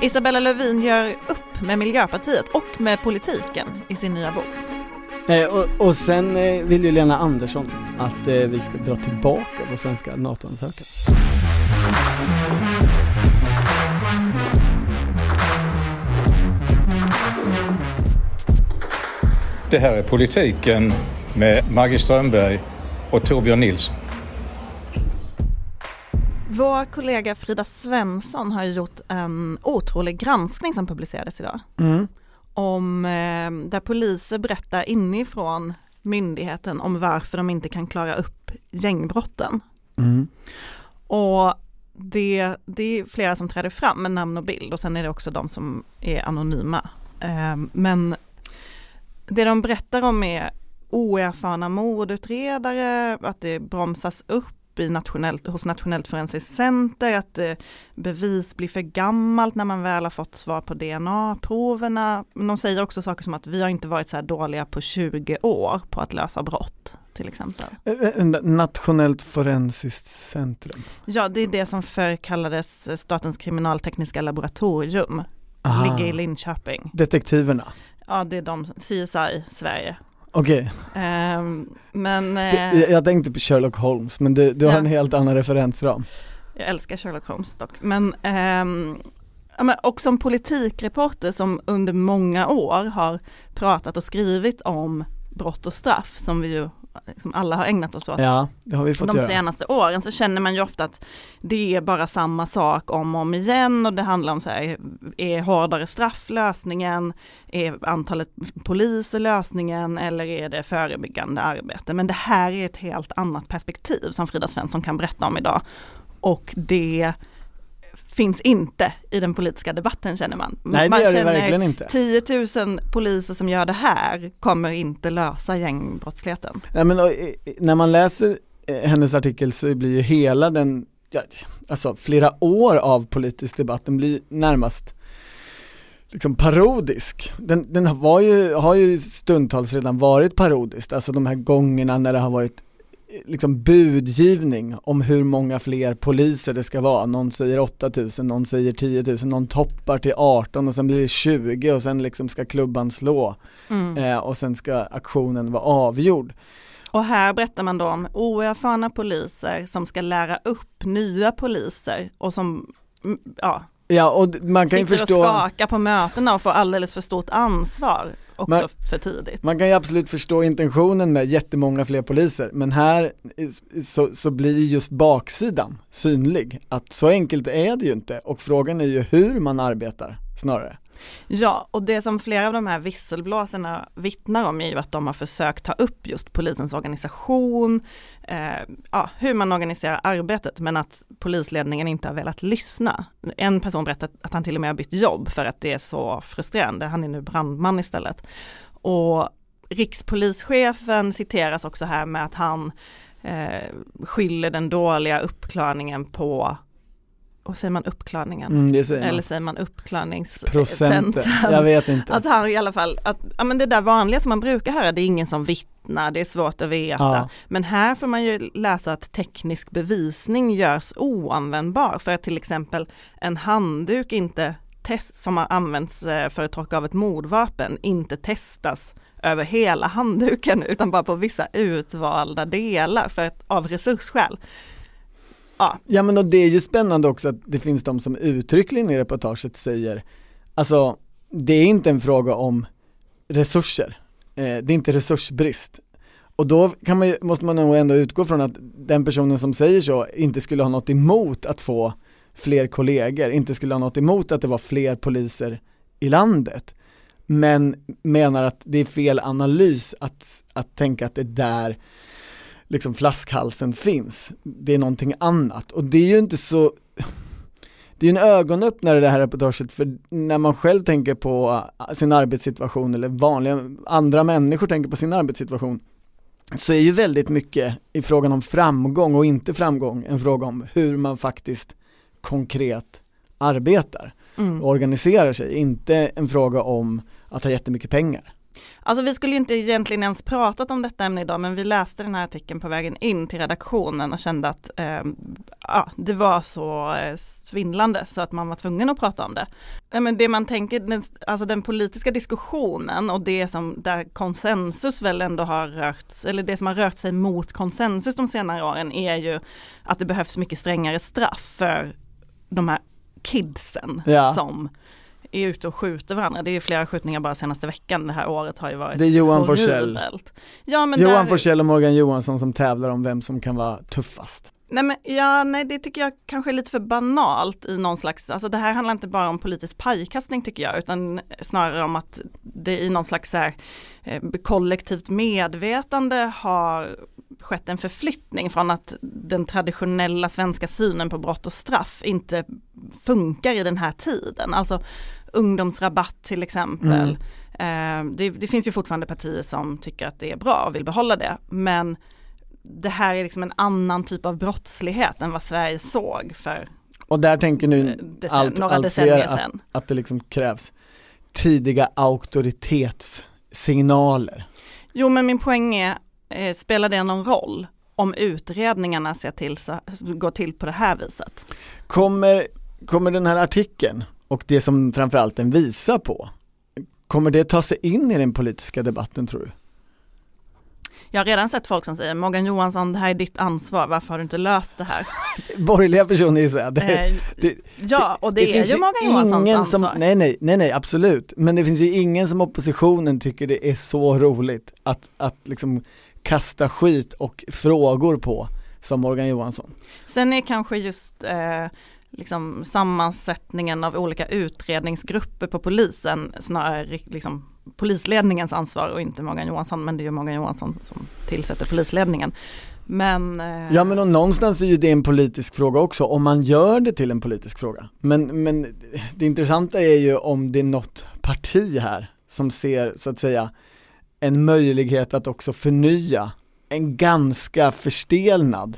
Isabella Lövin gör upp med Miljöpartiet och med politiken i sin nya bok. Och sen vill ju Lena Andersson att vi ska dra tillbaka på svenska NATO-ansökan. Det här är Politiken med Maggie Strömberg och Torbjörn Nilsson. Vår kollega Frida Svensson har gjort en otrolig granskning som publicerades idag. Om där poliser berättar inifrån myndigheten om varför de inte kan klara upp gängbrotten. Och det är flera som träder fram med namn och bild, och sen är det också de som är anonyma. Men det de berättar om är oerfarna mordutredare, att det bromsas upp hos Nationellt forensiskt center, att bevis blir för gammalt när man väl har fått svar på DNA-proverna. Men de säger också saker som att vi har inte varit så här dåliga på 20 år på att lösa brott, till exempel. Nationellt forensiskt centrum? Ja, det är det som förr kallades Statens kriminaltekniska laboratorium. Ligger i Linköping. Detektiverna? Ja, det är de, CSI Sverige. Okej. Men jag tänkte på Sherlock Holmes, men du har en helt annan referensram. Jag älskar Sherlock Holmes dock. Men och som politikreporter som under många år har pratat och skrivit om brott och straff, som vi ju som alla har ägnat oss åt. Ja, det har vi fått de senaste åren, så känner man ju ofta att det är bara samma sak om och om igen, och det handlar om så här, är hårdare strafflösningen, är antalet poliser lösningen, eller är det förebyggande arbete? Men det här är ett helt annat perspektiv som Frida Svensson kan berätta om idag, och det finns inte i den politiska debatten, känner man. Nej, det gör det verkligen inte. 10 000 poliser som gör det här kommer inte lösa gängbrottsligheten. Nej, men när man läser hennes artikel så blir ju hela den, alltså flera år av politisk debatt, den blir närmast liksom parodisk. Den har ju stundtals redan varit parodisk. Alltså de här gångerna när det har varit liksom budgivning om hur många fler poliser det ska vara. Någon säger 8 000, någon säger 10 000, någon toppar till 18 och sen blir det 20 och sen liksom ska klubban slå och sen ska aktionen vara avgjord. Och här berättar man då om oerfarna poliser som ska lära upp nya poliser och som och man kan ju förstå, och skaka på mötena och få alldeles för stort ansvar också för tidigt. Man kan ju absolut förstå intentionen med jättemånga fler poliser, men här så blir just baksidan synlig. Att så enkelt är det ju inte, och frågan är ju hur man arbetar snarare. Ja, och det som flera av de här visselblåsarna vittnar om är ju att de har försökt ta upp just polisens organisation, hur man organiserar arbetet, men att polisledningen inte har velat lyssna. En person berättade att han till och med har bytt jobb för att det är så frustrerande. Han är nu brandman istället. Och rikspolischefen citeras också här med att han skyller den dåliga uppklarningen på, och säger man uppklarningen? Eller säger man uppklarningsprocenten? Jag vet inte. Att han i alla fall, men det där vanliga som man brukar höra, det är ingen som vittnar, det är svårt att veta. Ja. Men här får man ju läsa att teknisk bevisning görs oanvändbar, för att till exempel en handduk inte som har använts för att torka av ett mordvapen inte testas över hela handduken, utan bara på vissa utvalda delar av resursskäl. Ja, men och det är ju spännande också att det finns de som uttryckligen i reportaget säger, alltså det är inte en fråga om resurser, det är inte resursbrist, och då måste man nog ändå utgå från att den personen som säger så inte skulle ha något emot att få fler kollegor, inte skulle ha något emot att det var fler poliser i landet, men menar att det är fel analys att tänka att det där liksom flaskhalsen finns. Det är någonting annat. Och det är ju inte så, det är en ögonöppnare det här reportaget, för när man själv tänker på sin arbetssituation, eller andra människor tänker på sin arbetssituation, så är ju väldigt mycket i frågan om framgång och inte framgång en fråga om hur man faktiskt konkret arbetar och organiserar sig, inte en fråga om att ha jättemycket pengar. Alltså vi skulle ju inte egentligen ens pratat om detta ämne idag, men vi läste den här artikeln på vägen in till redaktionen och kände att det var så svindlande så att man var tvungen att prata om det. Men det man tänker, alltså den politiska diskussionen och det som där konsensus väl ändå har rört, eller det som har rört sig mot konsensus de senare åren är ju att det behövs mycket strängare straff för de här kidsen som är ute och skjuter varandra. Det är ju flera skjutningar bara senaste veckan. Det här året har ju varit det är Johan Forssell. Ja, men Johan Forssell och Morgan Johansson som tävlar om vem som kan vara tuffast. Nej, det tycker jag kanske är lite för banalt i någon slags, alltså det här handlar inte bara om politisk pajkastning tycker jag, utan snarare om att det i någon slags kollektivt medvetande har skett en förflyttning från att den traditionella svenska synen på brott och straff inte funkar i den här tiden. Alltså ungdomsrabatt till exempel. Det finns ju fortfarande partier som tycker att det är bra och vill behålla det, men det här är liksom en annan typ av brottslighet än vad Sverige såg för och där tänker nu några decennier sedan. Att det liksom krävs tidiga auktoritetssignaler. Jo, men min poäng är, spelar det någon roll om utredningarna går till på det här viset? Kommer den här artikeln och det som framförallt den visar på, kommer det ta sig in i den politiska debatten tror du? Jag har redan sett folk som säger Morgan Johansson, det här är ditt ansvar, varför har du inte löst det här? Borgerliga personer säger det är ju Morgan Johanssons ansvar. Nej, absolut. Men det finns ju ingen som oppositionen tycker det är så roligt att liksom kasta skit och frågor på som Morgan Johansson. Sen är kanske just liksom sammansättningen av olika utredningsgrupper på polisen snarare liksom polisledningens ansvar och inte Morgan Johansson, men det är ju Morgan Johansson som tillsätter polisledningen. Men ja, men och någonstans är ju det en politisk fråga också, om man gör det till en politisk fråga. Men det intressanta är ju om det är något parti här som ser så att säga en möjlighet att också förnya en ganska förstelnad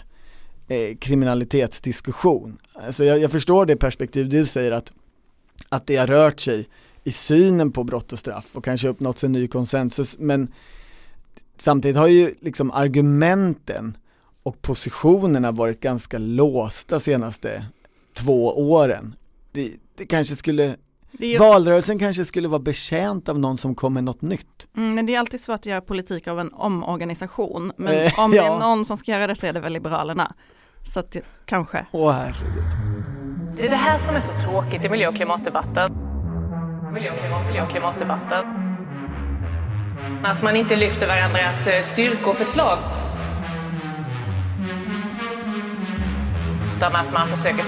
kriminalitetsdiskussion. Alltså jag förstår det perspektiv du säger att det har rört sig i synen på brott och straff och kanske uppnått en ny konsensus, men samtidigt har ju liksom argumenten och positionerna varit ganska låsta senaste 2 åren. Det kanske skulle valrörelsen kanske skulle vara betjänt av någon som kommer något nytt. Men det är alltid svårt att göra politik av en omorganisation, men om det är någon som ska göra det så är det väl Liberalerna. Så att kanske. Herregud. Det är det här som är så tråkigt i miljö- och klimatdebatten. Att man inte lyfter varandras styrkor och förslag. Utan att man försöker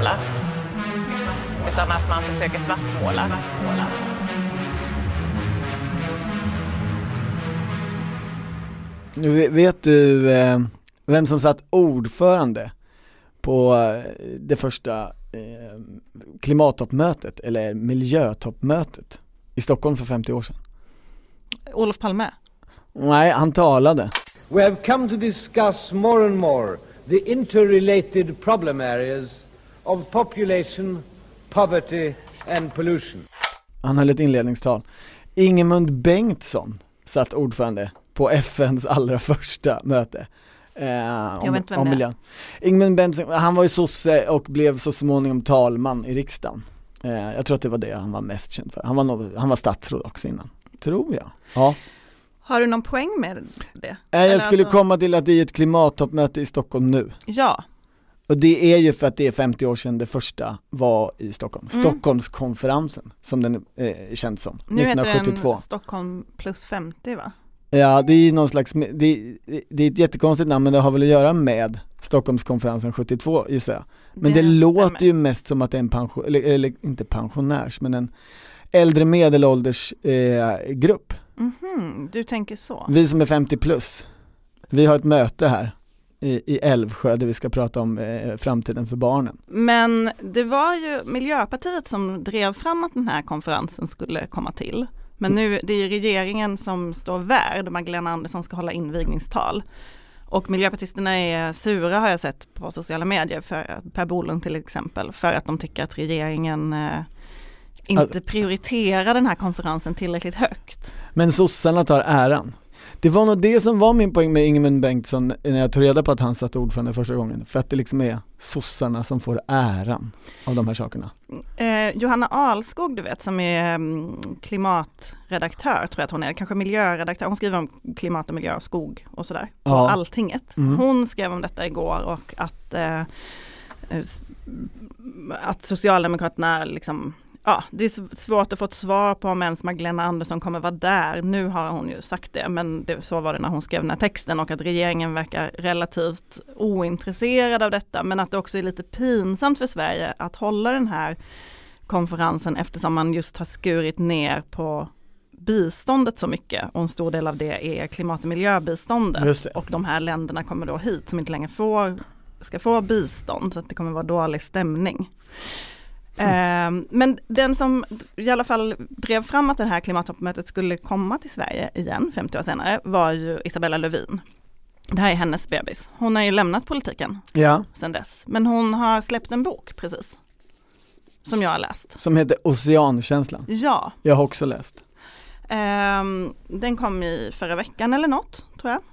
svartmåla. Nu vet du vem som satt ordförande på det första klimattoppmötet eller miljötoppmötet i Stockholm för 50 år sedan? Olof Palme? Nej, han talade. We have come to discuss more and more the interrelated problem areas of population, poverty and pollution. Han höll ett inledningstal. Ingemund Bengtsson satt ordförande på FNs allra första möte. Om miljön. Ingemund Bengtsson, han var ju sosse och blev så småningom talman i riksdagen. Jag tror att det var det han var mest känd för. Han var statsråd också innan, tror jag. Ja. Har du någon poäng med det? Jag skulle komma till att det är ett klimattoppmöte i Stockholm nu. Ja. Och det är ju för att det är 50 år sedan det första var i Stockholm. Stockholmskonferensen som den är känd som. Nu 1972. heter den Stockholm plus 50 va? Ja, det är någon slags, det är ett jättekonstigt namn, men det har väl att göra med Stockholmskonferensen 72 gissar jag. Men det låter ju mest som att det är en eller inte pensionärs, men en äldre medelålders grupp. Du tänker så. Vi som är 50 plus. Vi har ett möte här i Älvsjö där vi ska prata om framtiden för barnen. Men det var ju Miljöpartiet som drev fram att den här konferensen skulle komma till. Men nu det är regeringen som står värd och Magdalena Andersson ska hålla invigningstal. Och miljöpartisterna är sura har jag sett på sociala medier, för Per Bolund till exempel, för att de tycker att regeringen inte prioriterar den här konferensen tillräckligt högt. Men sossarna tar äran. Det var nog det som var min poäng med Ingemund Bengtsson när jag tog reda på att han satt ordförande första gången. För att det liksom är sossarna som får äran av de här sakerna. Johanna Alskog, du vet, som är klimatredaktör, tror jag att hon är, kanske miljöredaktör. Hon skriver om klimat och miljö och skog och sådär på Alltinget. Hon skrev om detta igår och att Socialdemokraterna liksom, det är svårt att få ett svar på om ens Magdalena Andersson kommer vara där. Nu har hon ju sagt det, men så var det när hon skrev den här texten, och att regeringen verkar relativt ointresserad av detta, men att det också är lite pinsamt för Sverige att hålla den här konferensen eftersom man just har skurit ner på biståndet så mycket, och en stor del av det är klimat- och miljöbiståndet, och de här länderna kommer då hit som inte längre ska få bistånd, så att det kommer vara dålig stämning. Men den som i alla fall drev fram att det här klimattoppmötet skulle komma till Sverige igen 50 år senare var ju Isabella Lövin. Det här är hennes bebis. Hon har ju lämnat politiken sedan dess. Men hon har släppt en bok precis, som jag har läst. Som heter Oceankänslan. Ja. Jag har också läst. Den kom i förra veckan eller något, tror jag.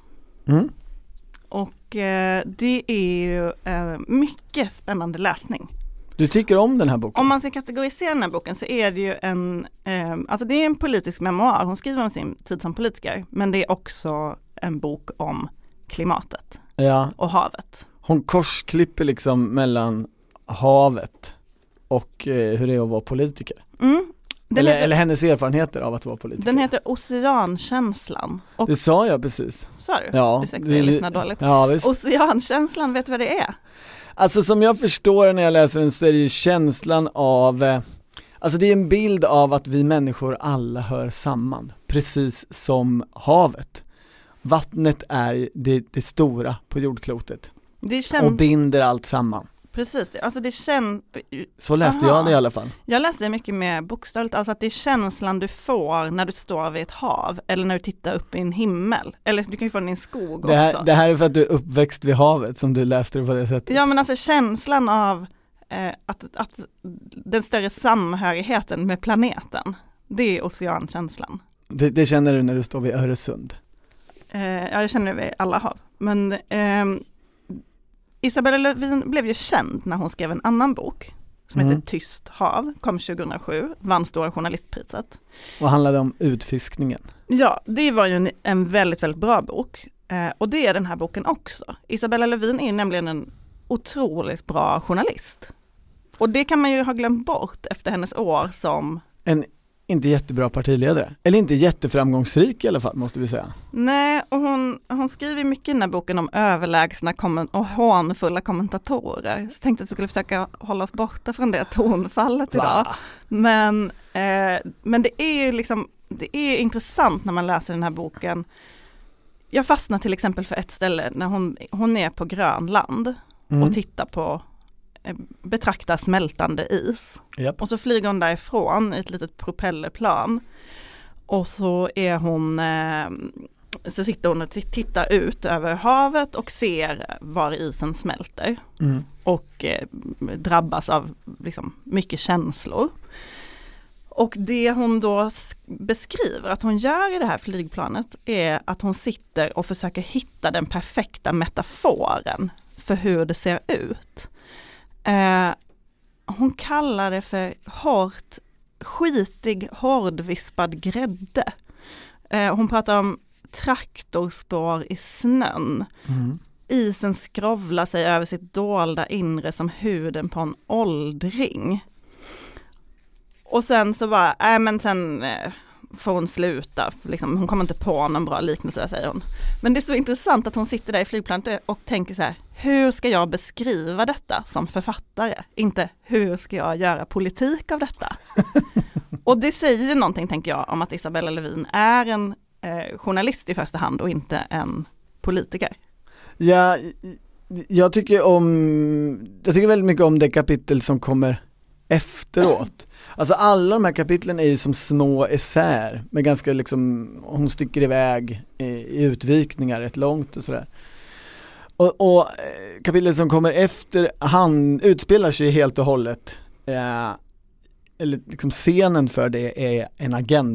Och det är ju mycket spännande läsning. Du tycker om den här boken? Om man ska kategorisera den här boken så är det ju alltså det är en politisk memoar. Hon skriver om sin tid som politiker, men det är också en bok om klimatet och havet. Hon korsklipper liksom mellan havet och hur det är att vara politiker. Eller hennes erfarenheter av att vara politiker. Den heter Oceankänslan. Och det sa jag precis. Sa du? Ja. Du säkert lyssnar dåligt. Ja, visst. Oceankänslan, vet du vad det är? Alltså som jag förstår när jag läser den så är det ju känslan av, alltså det är en bild av att vi människor alla hör samman, precis som havet. Vattnet är det stora på jordklotet och binder allt samman. Precis, alltså det så läste jag det i alla fall. Jag läste mycket mer bokstavligt, alltså att det är känslan du får när du står vid ett hav eller när du tittar upp i en himmel. Eller du kan ju få den i en skog också. Det här är för att du är uppväxt vid havet som du läste det på det sättet. Ja, men alltså känslan av att den större samhörigheten med planeten, det är oceankänslan. Det känner du när du står vid Öresund? Ja, jag känner det vid alla hav. Men Isabella Lövin blev ju känd när hon skrev en annan bok som heter Tyst hav, kom 2007, vann Stora journalistpriset. Och handlade om utfiskningen. Ja, det var ju en väldigt, väldigt bra bok. Och det är den här boken också. Isabella Lövin är nämligen en otroligt bra journalist. Och det kan man ju ha glömt bort efter hennes år som en inte jättebra partiledare. Eller inte jätteframgångsrik i alla fall, måste vi säga. Nej, och hon skriver mycket i den här boken om överlägsna och hånfulla kommentatorer. Så jag tänkte att jag skulle försöka hålla oss borta från det tonfallet idag. Men det är ju liksom, det är intressant när man läser den här boken. Jag fastnar till exempel för ett ställe när hon är på Grönland och tittar på betraktar smältande is. Yep. Och så flyger hon därifrån i ett litet propellerplan. Och så är hon så sitter hon och tittar ut över havet och ser var isen smälter. Och drabbas av liksom mycket känslor. Och det hon då beskriver att hon gör i det här flygplanet är att hon sitter och försöker hitta den perfekta metaforen för hur det ser ut. Hon kallar det för skitig, hårdvispad grädde. Hon pratar om traktorspår i snön. Isen skrovlar sig över sitt dolda inre som huden på en åldring. Och sen så bara, sen får hon sluta. Liksom, hon kommer inte på någon bra liknelse, säger hon. Men det är så intressant att hon sitter där i flygplanet och tänker så här, hur ska jag beskriva detta som författare? Inte hur ska jag göra politik av detta? Och det säger ju någonting, tänker jag, om att Isabella Lövin är en journalist i första hand och inte en politiker. Ja, jag tycker väldigt mycket om det kapitel som kommer efteråt. Alltså alla de här kapitlen är ju som små essäer med ganska liksom, hon sticker iväg i utvikningar rätt långt och sådär. Och kapitlet som kommer efter, han utspelar sig helt och hållet eller liksom scenen för det är en agenda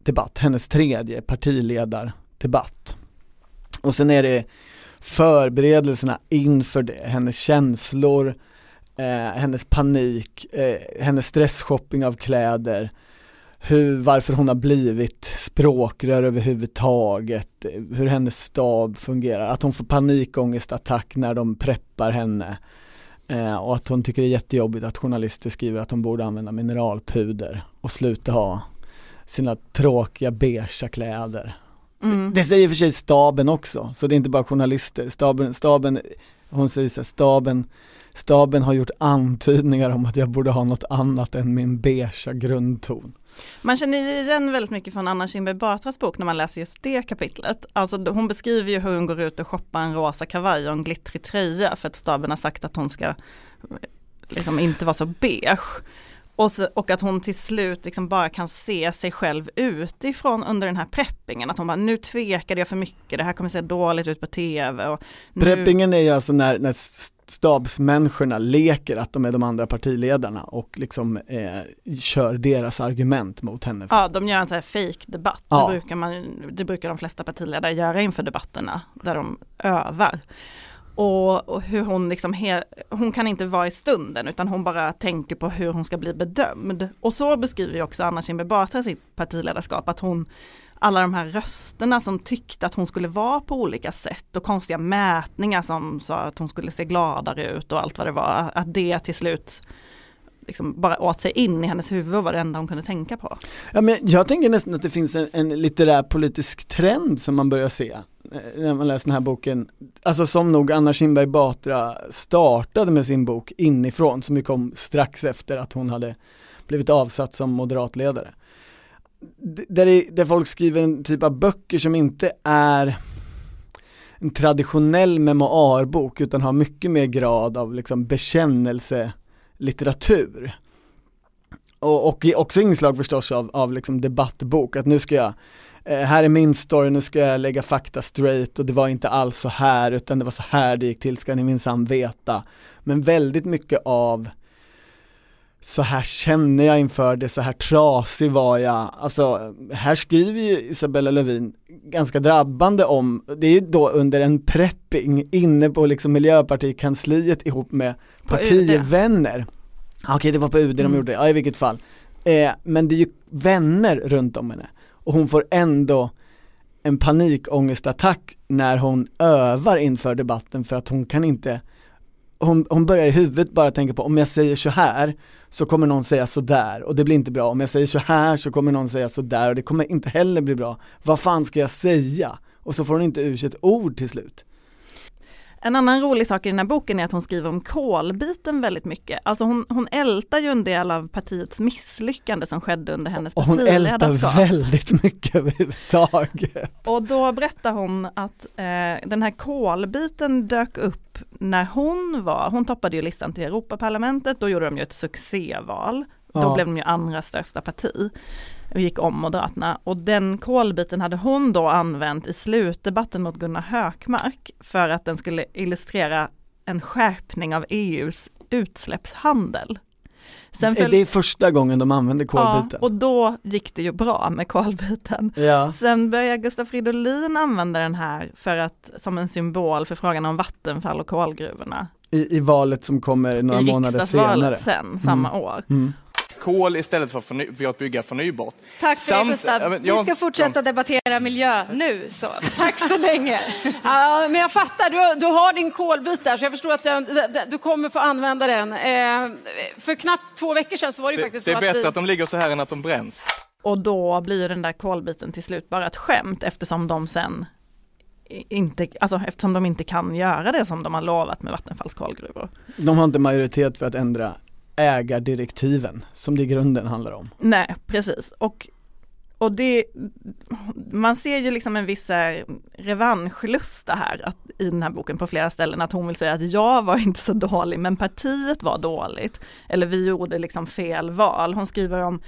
debatt, hennes 3:e partiledardebatt. Och sen är det förberedelserna inför det, hennes känslor, hennes panik, hennes stressshopping av kläder, varför hon har blivit språkrör överhuvudtaget, hur hennes stab fungerar, att hon får panikångestattack när de preppar henne, och att hon tycker det är jättejobbigt att journalister skriver att hon borde använda mineralpuder och sluta ha sina tråkiga beige kläder. Det säger för sig staben också, så det är inte bara journalister. Staben, hon säger så här, staben har gjort antydningar om att jag borde ha något annat än min beige grundton. Man känner igen väldigt mycket från Anna Kinberg Batras bok när man läser just det kapitlet. Alltså hon beskriver ju hur hon går ut och shoppar en rosa kavaj och en glittrig tröja för att staben har sagt att hon ska liksom inte vara så beige. Och att hon till slut liksom bara kan se sig själv utifrån under den här preppingen. Att hon bara, nu tvekade jag för mycket, det här kommer se dåligt ut på tv. Och preppingen är ju alltså när stabsmänniskorna leker att de är de andra partiledarna och liksom kör deras argument mot henne. Ja, de gör en sån här fake-debatt. Ja. Det brukar de flesta partiledare göra inför debatterna där de övar. Och hur hon liksom hon kan inte vara i stunden utan hon bara tänker på hur hon ska bli bedömd. Och så beskriver ju också Anna Kinberg Batra sitt partiledarskap, att alla de här rösterna som tyckte att hon skulle vara på olika sätt och konstiga mätningar som sa att hon skulle se gladare ut och allt vad det var, att det till slut liksom bara åt sig in i hennes huvud var det enda hon kunde tänka på. Ja, men jag tänker nästan att det finns en litterär politisk trend som man börjar se när man läser den här boken. Alltså som nog Anna Kinberg Batra startade med sin bok Inifrån, som ju kom strax efter att hon hade blivit avsatt som moderatledare. Där folk skriver en typ av böcker som inte är en traditionell memoarbok utan har mycket mer grad av liksom bekännelselitteratur. Och också inslag förstås av liksom debattbok, att nu ska jag här är min story, nu ska jag lägga fakta straight och det var inte alls så här utan det var så här det gick till, ska ni minsann veta. Men väldigt mycket av så här känner jag inför det, så här trasig var jag. Alltså här skriver ju Isabella Lövin ganska drabbande om, det är ju då under en prepping inne på liksom Miljöpartikansliet ihop med partivänner. Okej, det var på UD de gjorde det, ja, i vilket fall. Men det är ju vänner runt om henne. Och hon får ändå en panikångestattack när hon övar inför debatten, för att hon kan inte, hon börjar i huvudet bara tänka på, om jag säger så här så kommer någon säga så där och det blir inte bra. Om jag säger så här så kommer någon säga så där och det kommer inte heller bli bra. Vad fan ska jag säga? Och så får hon inte ur sig ett ord till slut. En annan rolig sak i den här boken är att hon skriver om kolbiten väldigt mycket. Alltså hon ältar ju en del av partiets misslyckande som skedde under hennes partiledarskap. Hon ältar väldigt mycket överhuvudtaget. Och då berättar hon att den här kolbiten dök upp när hon toppade ju listan till Europaparlamentet. Då gjorde de ju ett succéval. Då blev de ju andra största parti och gick om Moderaterna. Och den kolbiten hade hon då använt i slutdebatten mot Gunnar Hökmark för att den skulle illustrera en skärpning av EUs utsläppshandel. Det är första gången de använder kolbiten. Ja, och då gick det ju bra med kolbiten. Ja. Sen började Gustaf Fridolin använda den här som en symbol för frågan om Vattenfall och kolgruvorna. I valet som kommer några månader senare. Sen, samma år. Mm. Kol istället för att bygga förnybart. Tack för det, Gustav. Vi ska fortsätta debattera miljö nu, så tack så länge. Ja, men jag fattar, du har din kolbit där, så jag förstår att du kommer få använda den. För knappt 2 veckor sedan så var det faktiskt så att det är bättre att de ligger så här än att de bränns. Och då blir den där kolbiten till slut bara ett skämt, eftersom de sen eftersom de inte kan göra det som de har lovat med Vattenfalls kolgruvor. De har inte majoritet för att ändra ägardirektiven som det i grunden handlar om. Nej, precis. Och det, man ser ju liksom en viss revanschlusta här i den här boken på flera ställen, att hon vill säga att jag var inte så dålig men partiet var dåligt, eller vi gjorde liksom fel val. Hon skriver om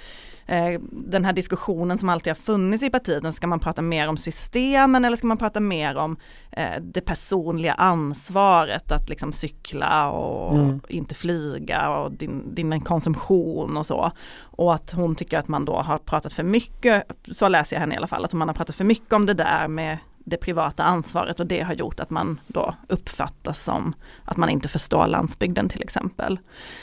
den här diskussionen som alltid har funnits i partiet. Ska man prata mer om systemen eller ska man prata mer om det personliga ansvaret att liksom cykla och inte flyga och din konsumtion och så. Och att hon tycker att man då har pratat för mycket, så läser jag henne i alla fall, att man har pratat för mycket om det där med det privata ansvaret och det har gjort att man då uppfattas som att man inte förstår landsbygden till exempel.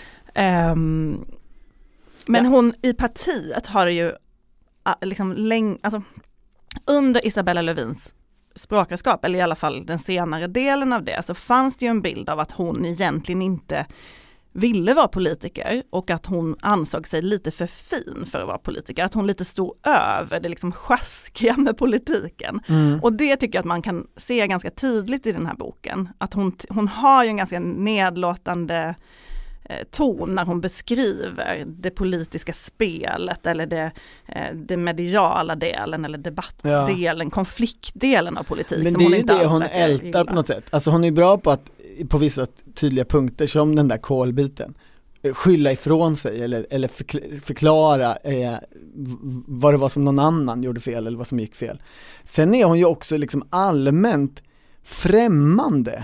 Men hon i partiet har ju liksom alltså, under Isabella Lövins språkrörskap, eller i alla fall den senare delen av det, så fanns det ju en bild av att hon egentligen inte ville vara politiker och att hon ansåg sig lite för fin för att vara politiker. Att hon lite stod över det liksom sjaskiga med politiken. Och det tycker jag att man kan se ganska tydligt i den här boken. Att hon har ju en ganska nedlåtande ton när hon beskriver det politiska spelet eller det mediala delen eller debattdelen, konfliktdelen av politik. Men som det är hon ju inte det hon ältar på något sätt. Alltså hon är bra på att på vissa tydliga punkter som den där kolbiten skylla ifrån sig eller förklara vad det var som någon annan gjorde fel eller vad som gick fel. Sen är hon ju också liksom allmänt främmande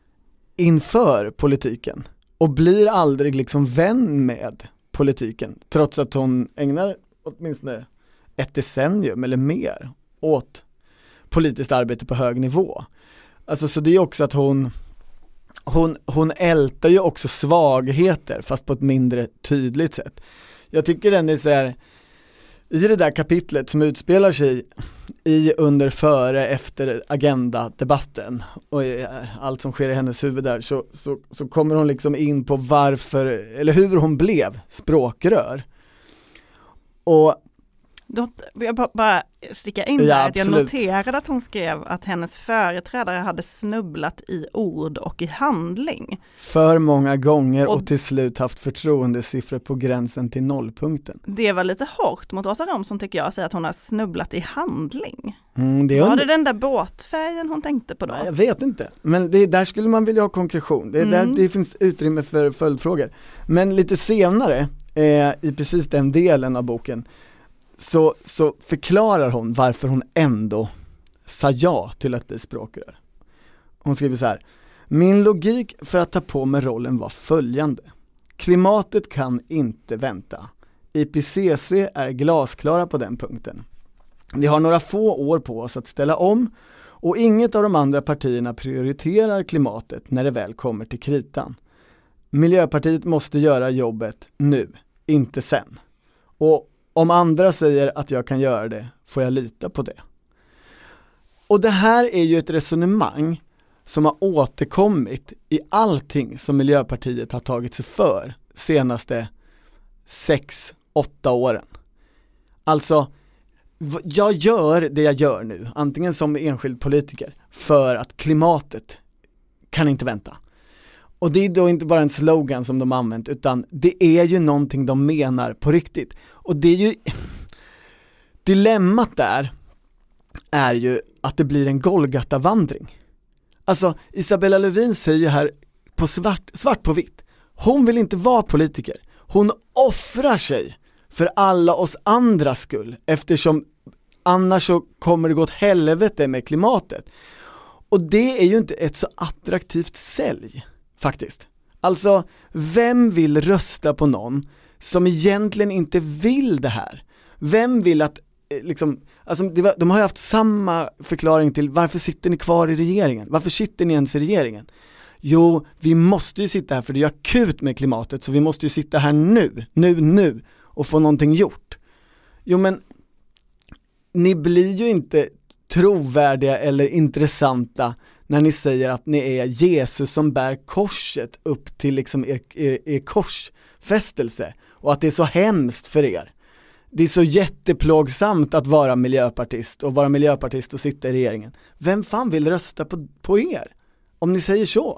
inför politiken. Och blir aldrig liksom vän med politiken. Trots att hon ägnar åtminstone ett decennium eller mer åt politiskt arbete på hög nivå. Alltså så det är också att hon ältar ju också svagheter fast på ett mindre tydligt sätt. Jag tycker den är så här, i det där kapitlet som utspelar sig under, före, efter agendadebatten och allt som sker i hennes huvud där så kommer hon liksom in på varför eller hur hon blev språkrör. Och jag bara sticka in där att jag noterade att hon skrev att hennes företrädare hade snubblat i ord och i handling. För många gånger och till slut haft förtroendesiffror på gränsen till nollpunkten. Det var lite hårt mot Åsa Romson tycker jag, att säga att hon har snubblat i handling. Var det den där båtfärgen hon tänkte på då? Jag vet inte, men där skulle man vilja ha konkretion. Det är där det finns utrymme för följdfrågor. Men lite senare i precis den delen av boken så förklarar hon varför hon ändå sa ja till att bli språkrör. Hon skriver så här: min logik för att ta på mig rollen var följande. Klimatet kan inte vänta. IPCC är glasklara på den punkten. Vi har några få år på oss att ställa om och inget av de andra partierna prioriterar klimatet när det väl kommer till kritan. Miljöpartiet måste göra jobbet nu, inte sen. Och om andra säger att jag kan göra det, får jag lita på det. Och det här är ju ett resonemang som har återkommit i allting som Miljöpartiet har tagit sig för senaste 6-8 åren. Alltså, jag gör det jag gör nu, antingen som enskild politiker, för att klimatet kan inte vänta. Och det är då inte bara en slogan som de använt, utan det är ju någonting de menar på riktigt. Och det är ju dilemmat där är ju att det blir en Golgata-vandring. Alltså Isabella Lövin säger här på svart på vitt, hon vill inte vara politiker. Hon offrar sig för alla oss andra skull, eftersom annars så kommer det gå åt helvete med klimatet. Och det är ju inte ett så attraktivt sälj faktiskt. Alltså, vem vill rösta på någon som egentligen inte vill det här? Vem vill att liksom, alltså de har ju haft samma förklaring till varför sitter ni kvar i regeringen? Varför sitter ni ens i regeringen? Jo, vi måste ju sitta här för det är akut med klimatet, så vi måste ju sitta här nu och få någonting gjort. Jo, men ni blir ju inte trovärdiga eller intressanta när ni säger att ni är Jesus som bär korset upp till liksom er korsfästelse och att det är så hemskt för er. Det är så jätteplågsamt att vara miljöpartist och sitta i regeringen. Vem fan vill rösta på er om ni säger så?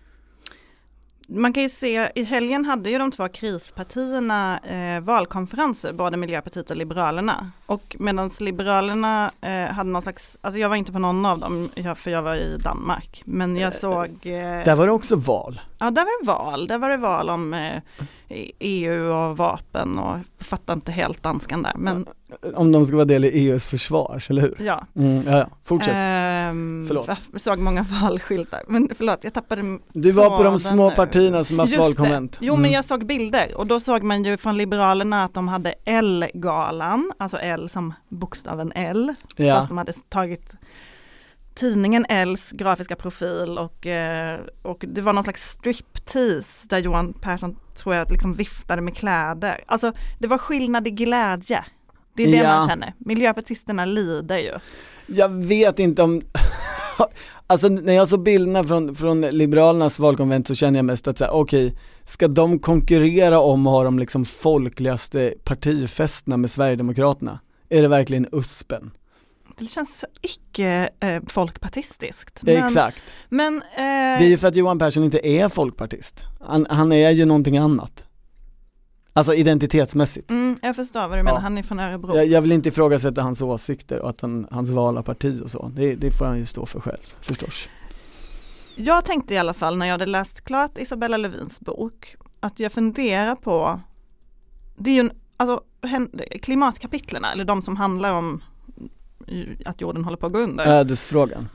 Man kan ju se, i helgen hade ju de två krispartierna valkonferenser, både Miljöpartiet och Liberalerna. Och medan Liberalerna hade någon slags, alltså jag var inte på någon av dem, för jag var i Danmark. Men jag såg... Där var det också val. Ja, där var det val. Där var det val om EU och vapen och fattar inte helt danskan där. Men om de ska vara del i EUs försvar, eller hur? Ja. Fortsätt. Förlåt. Jag såg många valskyltar. Men förlåt, jag tappade. Du var på de små partierna som har valkonvent. Jo, men jag såg bilder och då såg man ju från Liberalerna att de hade L-galan, alltså L som bokstaven L. Ja. Fast de hade tagit tidningen Ls grafiska profil och det var någon slags striptease där Johan Persson, tror jag, liksom viftade med kläder. Alltså det var skillnad i glädje. Det är det man känner. Miljöpartisterna lider ju. Jag vet inte om alltså när jag såg bilderna från Liberalernas valkonvent så känner jag mest att okej, ska de konkurrera om att ha de liksom folkligaste partifesterna med Sverigedemokraterna? Är det verkligen USPen? Det känns så icke folkpartistiskt. Exakt. Men det är ju för att Johan Persson inte är folkpartist. Han är ju någonting annat. Alltså identitetsmässigt. Jag förstår vad du menar. Han är från Örebro. Jag vill inte ifrågasätta hans åsikter och att hans val av parti och så. Det får han ju stå för själv, förstås. Jag tänkte i alla fall när jag hade läst klart Isabella Lövins bok att jag funderar på, det är ju klimatkapitlerna, eller de som handlar om att jorden håller på att gå under. Ödesfrågan.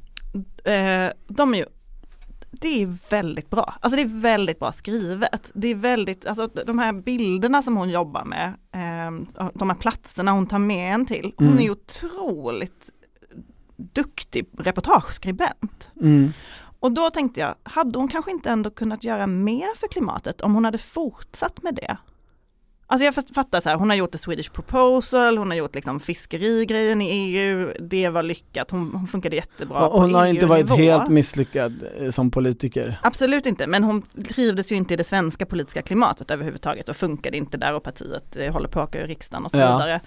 De är ju, det är väldigt bra. Alltså det är väldigt bra skrivet. Det är väldigt, alltså de här bilderna som hon jobbar med, de här platserna hon tar med en till. Hon är ju otroligt duktig reportageskribent. Och då tänkte jag, hade hon kanske inte ändå kunnat göra mer för klimatet om hon hade fortsatt med det? Alltså jag fattar så här, hon har gjort The Swedish Proposal, hon har gjort liksom fiskerigrejen i EU, det var lyckat, hon funkade jättebra på hon har EU-nivå. Inte varit helt misslyckad som politiker. Absolut inte, men hon trivdes ju inte i det svenska politiska klimatet överhuvudtaget och funkade inte där och partiet håller på att åka ur riksdagen och så vidare.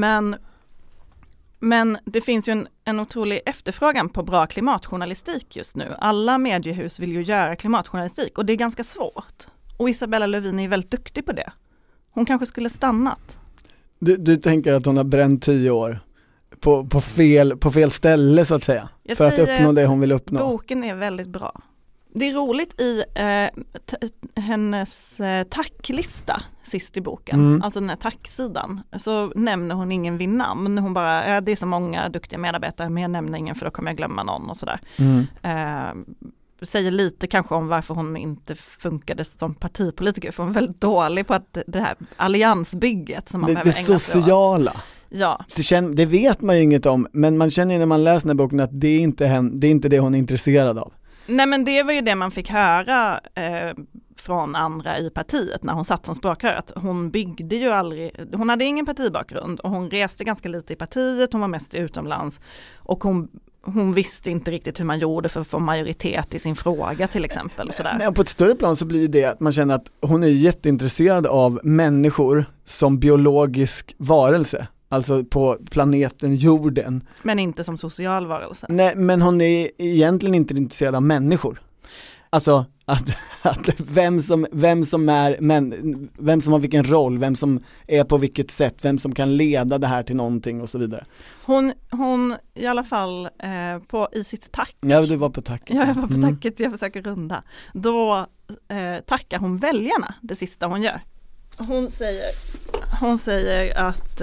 Men det finns ju en otrolig efterfrågan på bra klimatjournalistik just nu. Alla mediehus vill ju göra klimatjournalistik och det är ganska svårt. Och Isabella Lövin är väldigt duktig på det. Hon kanske skulle stannat. Du tänker att hon har bränt 10 år på fel ställe så att säga. För att uppnå det hon vill uppnå. Boken är väldigt bra. Det är roligt i hennes tacklista sist i boken, alltså den här tacksidan, så nämner hon ingen vid namn. Hon bara, det är så många duktiga medarbetare, men jag nämner ingen för då kommer jag glömma någon och sådär. Säger lite kanske om varför hon inte funkade som partipolitiker, för hon är väldigt dålig på att det här alliansbygget som man behöver ägna sig åt. Sociala. Ja. Det vet man ju inget om, men man känner när man läser den här boken att det är inte det hon är intresserad av. Nej, men det var ju det man fick höra från andra i partiet när hon satt som språkrör. Hon byggde ju aldrig, hon hade ingen partibakgrund och hon reste ganska lite i partiet, hon var mest utomlands och hon visste inte riktigt hur man gjorde för att få majoritet i sin fråga till exempel. Och sådär. Nej, på ett större plan så blir det att man känner att hon är jätteintresserad av människor som biologisk varelse. Alltså på planeten jorden. Men inte som social varelse. Nej, men hon är egentligen inte intresserad av människor. Alltså att vem som har vilken roll, vem som är på vilket sätt, vem som kan leda det här till någonting och så vidare. Hon i alla fall i sitt tack. Ja, du var på tacket. Ja, jag var på tacket, jag försöker runda. Då tackar hon väljarna det sista hon gör. Hon säger att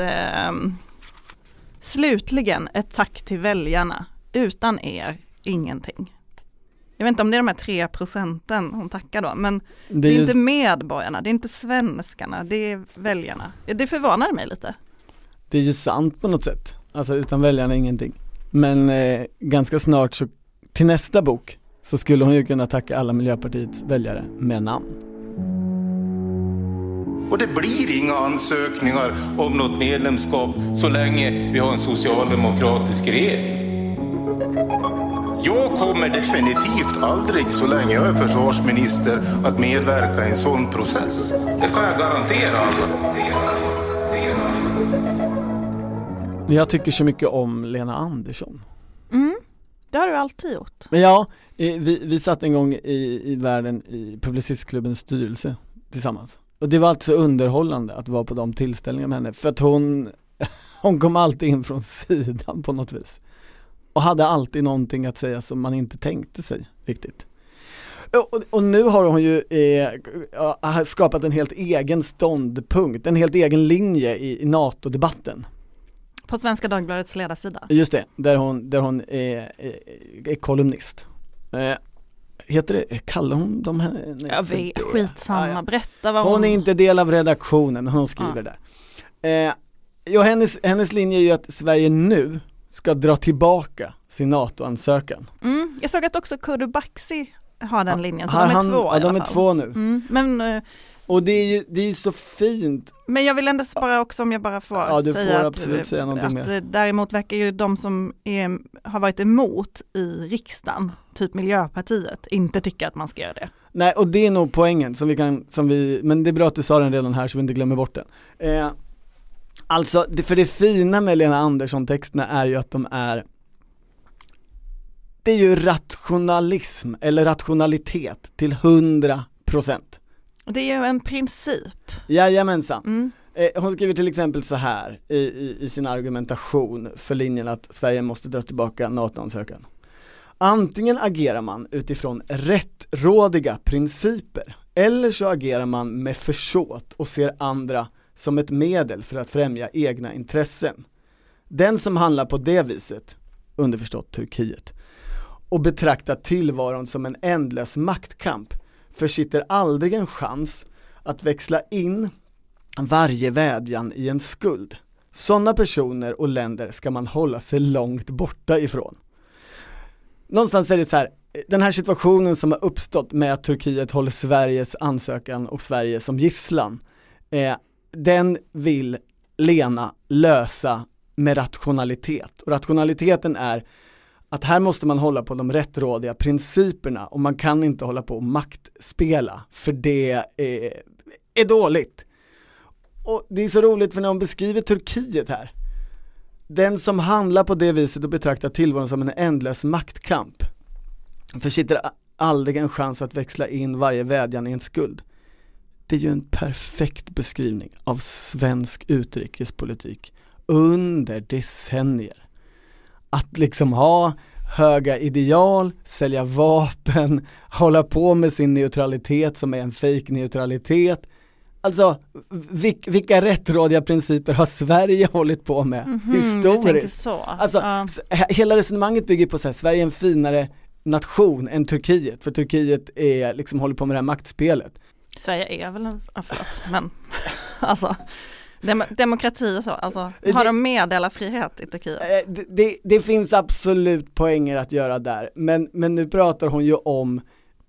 slutligen ett tack till väljarna. Utan er, ingenting. Jag vet inte om det är de här 3% hon tackar då, men det är inte medborgarna, det är inte svenskarna, det är väljarna. Det förvånar mig lite. Det är ju sant på något sätt. Alltså utan väljarna ingenting. Men ganska snart så, till nästa bok, så skulle hon ju kunna tacka alla Miljöpartiets väljare med namn. Och det blir inga ansökningar om något medlemskap så länge vi har en socialdemokratisk regering. Jag kommer definitivt aldrig, så länge jag är försvarsminister, att medverka i en sån process. Det kan jag garantera. Jag tycker så mycket om Lena Andersson. Det har du alltid gjort. Men ja, vi satt en gång i världen i Publicistklubbens styrelse tillsammans. Och det var alltså underhållande att vara på de tillställningarna med henne. För att hon kom alltid in från sidan på något vis. Och hade alltid någonting att säga som man inte tänkte sig riktigt. Och nu har hon ju skapat en helt egen ståndpunkt, en helt egen linje i NATO-debatten. På Svenska Dagbladets ledarsida. Just det, där hon är kolumnist. Heter det, kallar hon dem henne? Ja, skitsamma, berätta vad hon är inte del av redaktionen, hon skriver där. Hennes linje är ju att Sverige nu ska dra tillbaka sin NATO-ansökan. Jag såg att också Kurdo Baxi har den linjen, så de är två i alla fall. De är två nu. Men och det är ju så fint. Men jag vill ändå bara också, om jag bara får säga någonting mer. Däremot verkar ju de som har varit emot i riksdagen, typ Miljöpartiet, inte tycka att man ska göra det. Nej, och det är nog poängen men det är bra att du sa den redan här så vi inte glömmer bort den. Alltså, för det fina med Lena Andersson-texterna är ju att det är ju rationalism eller rationalitet till 100%. Det är ju en princip. Jajamensan. Hon skriver till exempel så här i sin argumentation för linjen att Sverige måste dra tillbaka NATO-ansökan. Antingen agerar man utifrån rättrådiga principer eller så agerar man med försåt och ser andra som ett medel för att främja egna intressen. Den som handlar på det viset, underförstått Turkiet, och betraktar tillvaron som en ändlös maktkamp försitter aldrig en chans att växla in varje vädjan i en skuld. Sådana personer och länder ska man hålla sig långt borta ifrån. Någonstans är det så här, den här situationen som har uppstått med att Turkiet håller Sveriges ansökan och Sverige som gisslan, den vill Lena lösa med rationalitet. Och rationaliteten är att här måste man hålla på de rättrådiga principerna och man kan inte hålla på och maktspela, för det är dåligt. Och det är så roligt, för när hon beskriver Turkiet här, den som handlar på det viset och betraktar tillvaron som en ändlös maktkamp försitter aldrig en chans att växla in varje vädjan i en skuld. Det är ju en perfekt beskrivning av svensk utrikespolitik under decennier. Att liksom ha höga ideal, sälja vapen, hålla på med sin neutralitet som är en fake neutralitet. Alltså, vilka rättrådiga principer har Sverige hållit på med historiskt? Alltså, hela resonemanget bygger på så här, Sverige är en finare nation än Turkiet, för Turkiet är liksom håller på med det här maktspelet. Sverige är väl men alltså demokrati och så, alltså har de meddelarfrihet i Turkiet? Det finns absolut poänger att göra där, men nu pratar hon ju om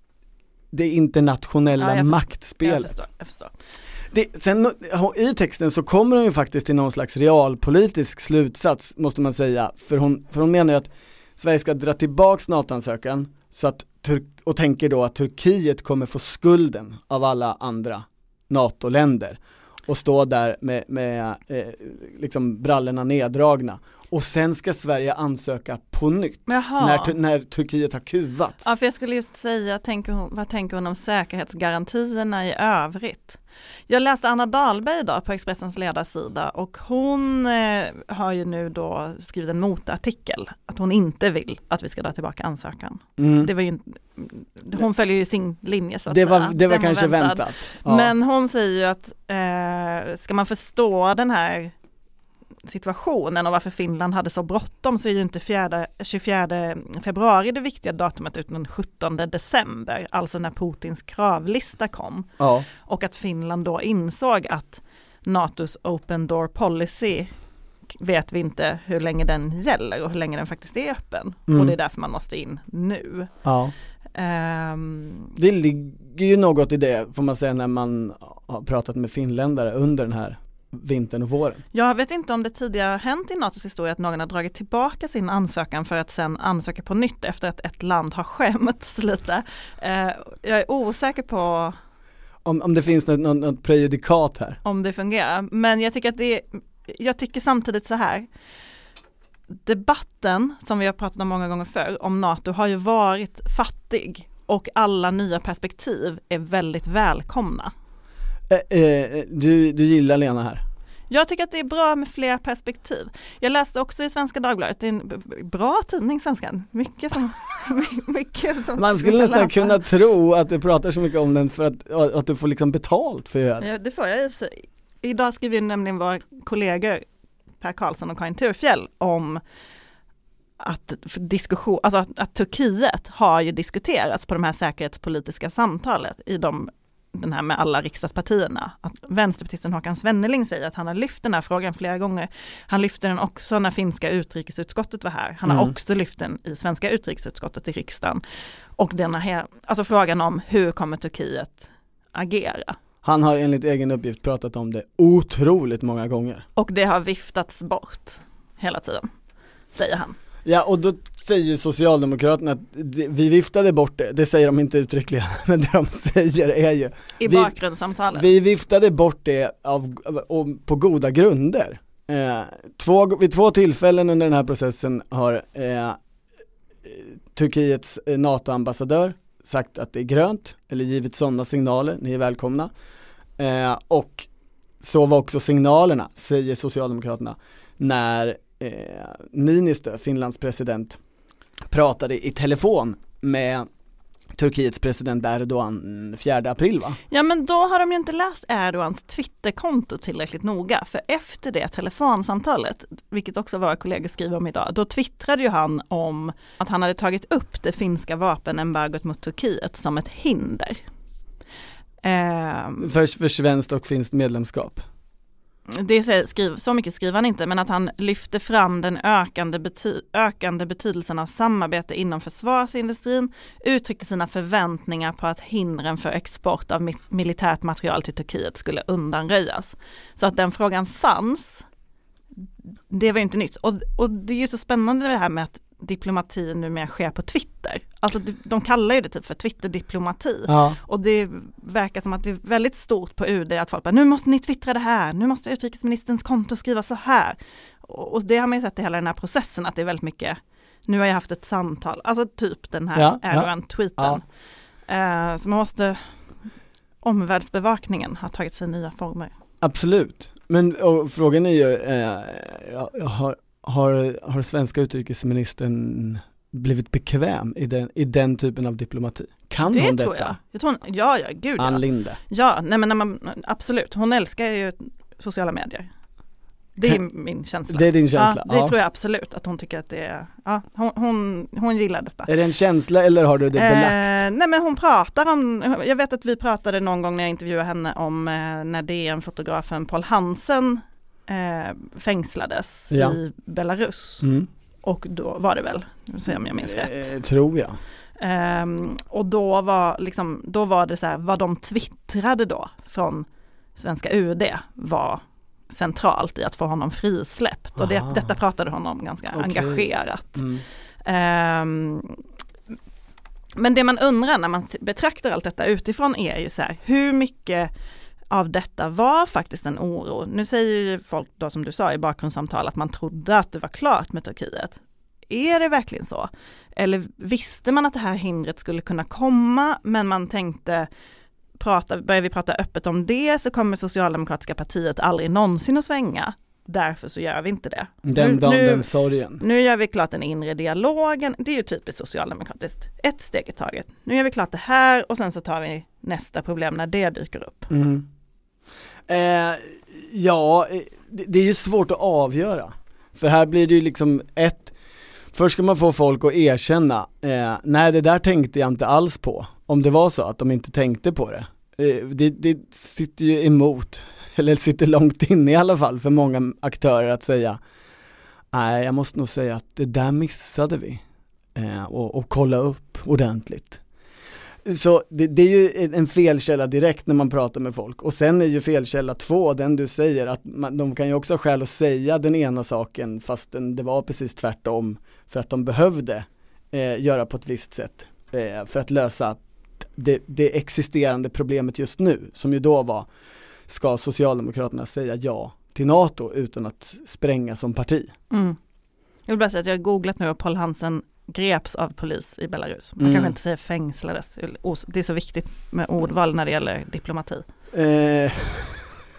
det internationella maktspelet. Jag förstår. Sen i texten så kommer hon ju faktiskt till någon slags realpolitisk slutsats, måste man säga, för hon menar ju att Sverige ska dra tillbaks NATO-ansökan så att och tänker då att Turkiet kommer få skulden av alla andra NATO-länder och stå där med liksom brallorna neddragna. Och sen ska Sverige ansöka på nytt när Turkiet har kuvats. Ja, för jag skulle just säga, vad tänker hon om säkerhetsgarantierna i övrigt? Jag läste Anna Dahlberg idag på Expressens ledarsida och hon har ju nu då skrivit en motartikel att hon inte vill att vi ska dra tillbaka ansökan. Det var ju, hon följer ju sin linje så att säga. Det var kanske väntat. Ja. Men hon säger ju att ska man förstå den här situationen och varför Finland hade så bråttom, så är ju inte 24 februari det viktiga datumet utan den 17 december, alltså när Putins kravlista kom. Ja. Och att Finland då insåg att NATOs open door policy vet vi inte hur länge den gäller och hur länge den faktiskt är öppen. Och det är därför man måste in nu. Ja. Det ligger ju något i det, får man säga, när man har pratat med finländare under den här vintern och våren. Jag vet inte om det tidigare har hänt i NATOs historia att någon har dragit tillbaka sin ansökan för att sen ansöka på nytt efter att ett land har skämts lite. Jag är osäker på om det finns något prejudikat här. Om det fungerar. Men jag tycker samtidigt så här, debatten som vi har pratat om många gånger förr om NATO har ju varit fattig och alla nya perspektiv är väldigt välkomna. Du gillar Lena här? Jag tycker att det är bra med fler perspektiv. Jag läste också i Svenska Dagbladet, det är en bra tidning, Svenskan. Mycket som man skulle nästan kunna tro att du pratar så mycket om den för att du får liksom betalt för det. Ja, det får jag. Idag skriver nämligen våra kollegor Per Karlsson och Karin Turfjell om att Turkiet har ju diskuterats på de här säkerhetspolitiska samtalet i den här med alla riksdagspartierna. Att vänsterpartisten Håkan Svenneling säger att han har lyft den här frågan flera gånger. Han lyfte den också när finska utrikesutskottet var här. Han har också lyft den i svenska utrikesutskottet i riksdagen. Och den här, alltså frågan om hur kommer Turkiet agera? Han har enligt egen uppgift pratat om det otroligt många gånger. Och det har viftats bort hela tiden, säger han. Ja, och då säger Socialdemokraterna att vi viftade bort det. Det säger de inte uttryckligen, men det de säger är ju i bakgrundssamtalet. Vi viftade bort det på goda grunder. Vid 2 tillfällen under den här processen har Turkiets NATO-ambassadör sagt att det är grönt, eller givit sådana signaler, ni är välkomna. Och så var också signalerna, säger Socialdemokraterna, när Niinistö, Finlands president, pratade i telefon med Turkiets president Erdogan 4 april, va? Ja, men då har de ju inte läst Erdogans Twitterkonto tillräckligt noga, för efter det telefonsamtalet, vilket också våra kollegor skriver om idag, då twittrade ju han om att han hade tagit upp det finska vapenembargot mot Turkiet som ett hinder. För svenskt och finskt medlemskap. Så mycket skriver han inte, men att han lyfter fram den ökande betydelsen av samarbete inom försvarsindustrin, uttryckte sina förväntningar på att hindren för export av militärt material till Turkiet skulle undanröjas. Så att den frågan fanns, det var ju inte nytt. Och det är ju så spännande det här med att diplomati numera sker på Twitter. Alltså de kallar ju det typ för Twitter-diplomati. Ja. Och det verkar som att det är väldigt stort på UD att folk bara, nu måste ni twittra det här, nu måste utrikesministerns konto skriva så här. Och det har man ju sett i hela den här processen, att det är väldigt mycket, nu har jag haft ett samtal, alltså typ den här Erdogan-tweeten. Ja. Så man måste, omvärldsbevakningen har tagit sig nya former. Absolut. Men frågan är ju, har svenska utrikesministern blivit bekväm i den typen av diplomati? Kan hon detta? Jag tror ja, gud ja. Ann Linde. Ja, nej men absolut. Hon älskar ju sociala medier. Det är min känsla. Det är din känsla? Ja, det tror jag absolut. Att hon tycker att det är, ja, hon gillar detta. Är det en känsla eller har du det belagt? Nej, men hon pratar om, jag vet att vi pratade någon gång när jag intervjuade henne om när DN-fotografen Paul Hansen fängslades i Belarus. Och då var det väl, så om jag minns rätt. Tror jag. Och då var det så här, vad de twittrade då från svenska UD var centralt i att få honom frisläppt. Och detta pratade hon om ganska engagerat. Men det man undrar när man betraktar allt detta utifrån är ju så här, hur mycket av detta var faktiskt en oro. Nu säger ju folk då, som du sa i bakgrundssamtal, att man trodde att det var klart med Turkiet. Är det verkligen så? Eller visste man att det här hindret skulle kunna komma, men man tänkte, börjar vi prata öppet om det så kommer Socialdemokratiska partiet aldrig någonsin att svänga. Därför så gör vi inte det. Den sorgen. Nu gör vi klart den inre dialogen. Det är ju typiskt socialdemokratiskt. Ett steg i taget. Nu gör vi klart det här och sen så tar vi nästa problem när det dyker upp. Det är ju svårt att avgöra. För här blir det ju liksom först ska man få folk att erkänna, nej det där tänkte jag inte alls på. Om det var så att de inte tänkte på det. Det sitter ju emot, eller sitter långt inne i alla fall för många aktörer att säga, nej jag måste nog säga att det där missade vi. Och kolla upp ordentligt. Så det är ju en felkälla direkt när man pratar med folk. Och sen är ju felkälla 2 den du säger, att de kan ju också ha skäl att säga den ena saken fastän det var precis tvärtom, för att de behövde göra på ett visst sätt för att lösa det existerande problemet just nu, som ju då var, ska Socialdemokraterna säga ja till NATO utan att spränga som parti? Jag vill bara säga att jag har googlat nu och Paul Hansen greps av polis i Belarus. Man kanske inte säger fängslades. Det är så viktigt med ordval när det gäller diplomati.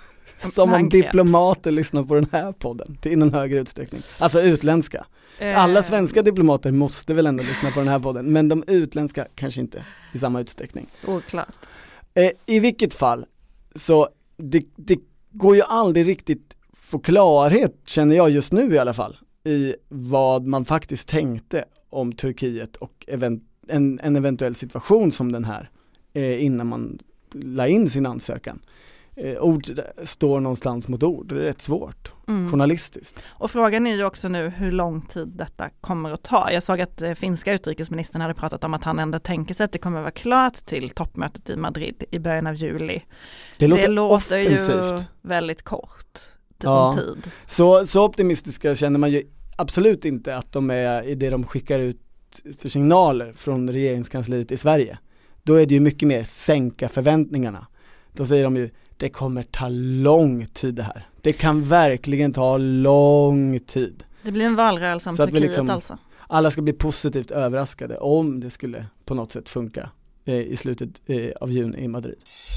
Som om diplomater lyssnar på den här podden i någon högre utsträckning. Alltså utländska. Alla svenska diplomater måste väl ändå lyssna på den här podden, men de utländska kanske inte i samma utsträckning. Oklart. I vilket fall, så det går ju aldrig riktigt få klarhet, känner jag just nu i alla fall, i vad man faktiskt tänkte om Turkiet och en eventuell situation som den här innan man la in sin ansökan. Ord står någonstans mot ord. Det är rätt svårt, journalistiskt. Och frågan är ju också nu hur lång tid detta kommer att ta. Jag såg att finska utrikesministern hade pratat om att han ändå tänker sig att det kommer att vara klart till toppmötet i Madrid i början av juli. Det låter ju väldigt kort om tid. Så optimistiska känner man ju absolut inte att de är i det de skickar ut för signaler från regeringskansliet i Sverige. Då är det ju mycket mer sänka förväntningarna. Då säger de ju, det kommer ta lång tid det här. Det kan verkligen ta lång tid. Det blir en valrörelse om Turkiet alltså. Alla ska bli positivt överraskade om det skulle på något sätt funka i slutet av juni i Madrid.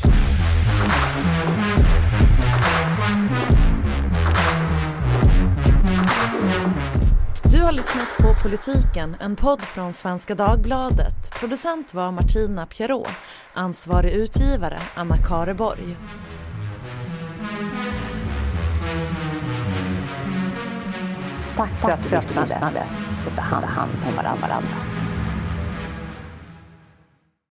Du har lyssnat på Politiken, en podd från Svenska Dagbladet. Producent var Martina Pierrot. Ansvarig utgivare Anna Kareborg. Tack för att du lyssnade och ta hand om varandra.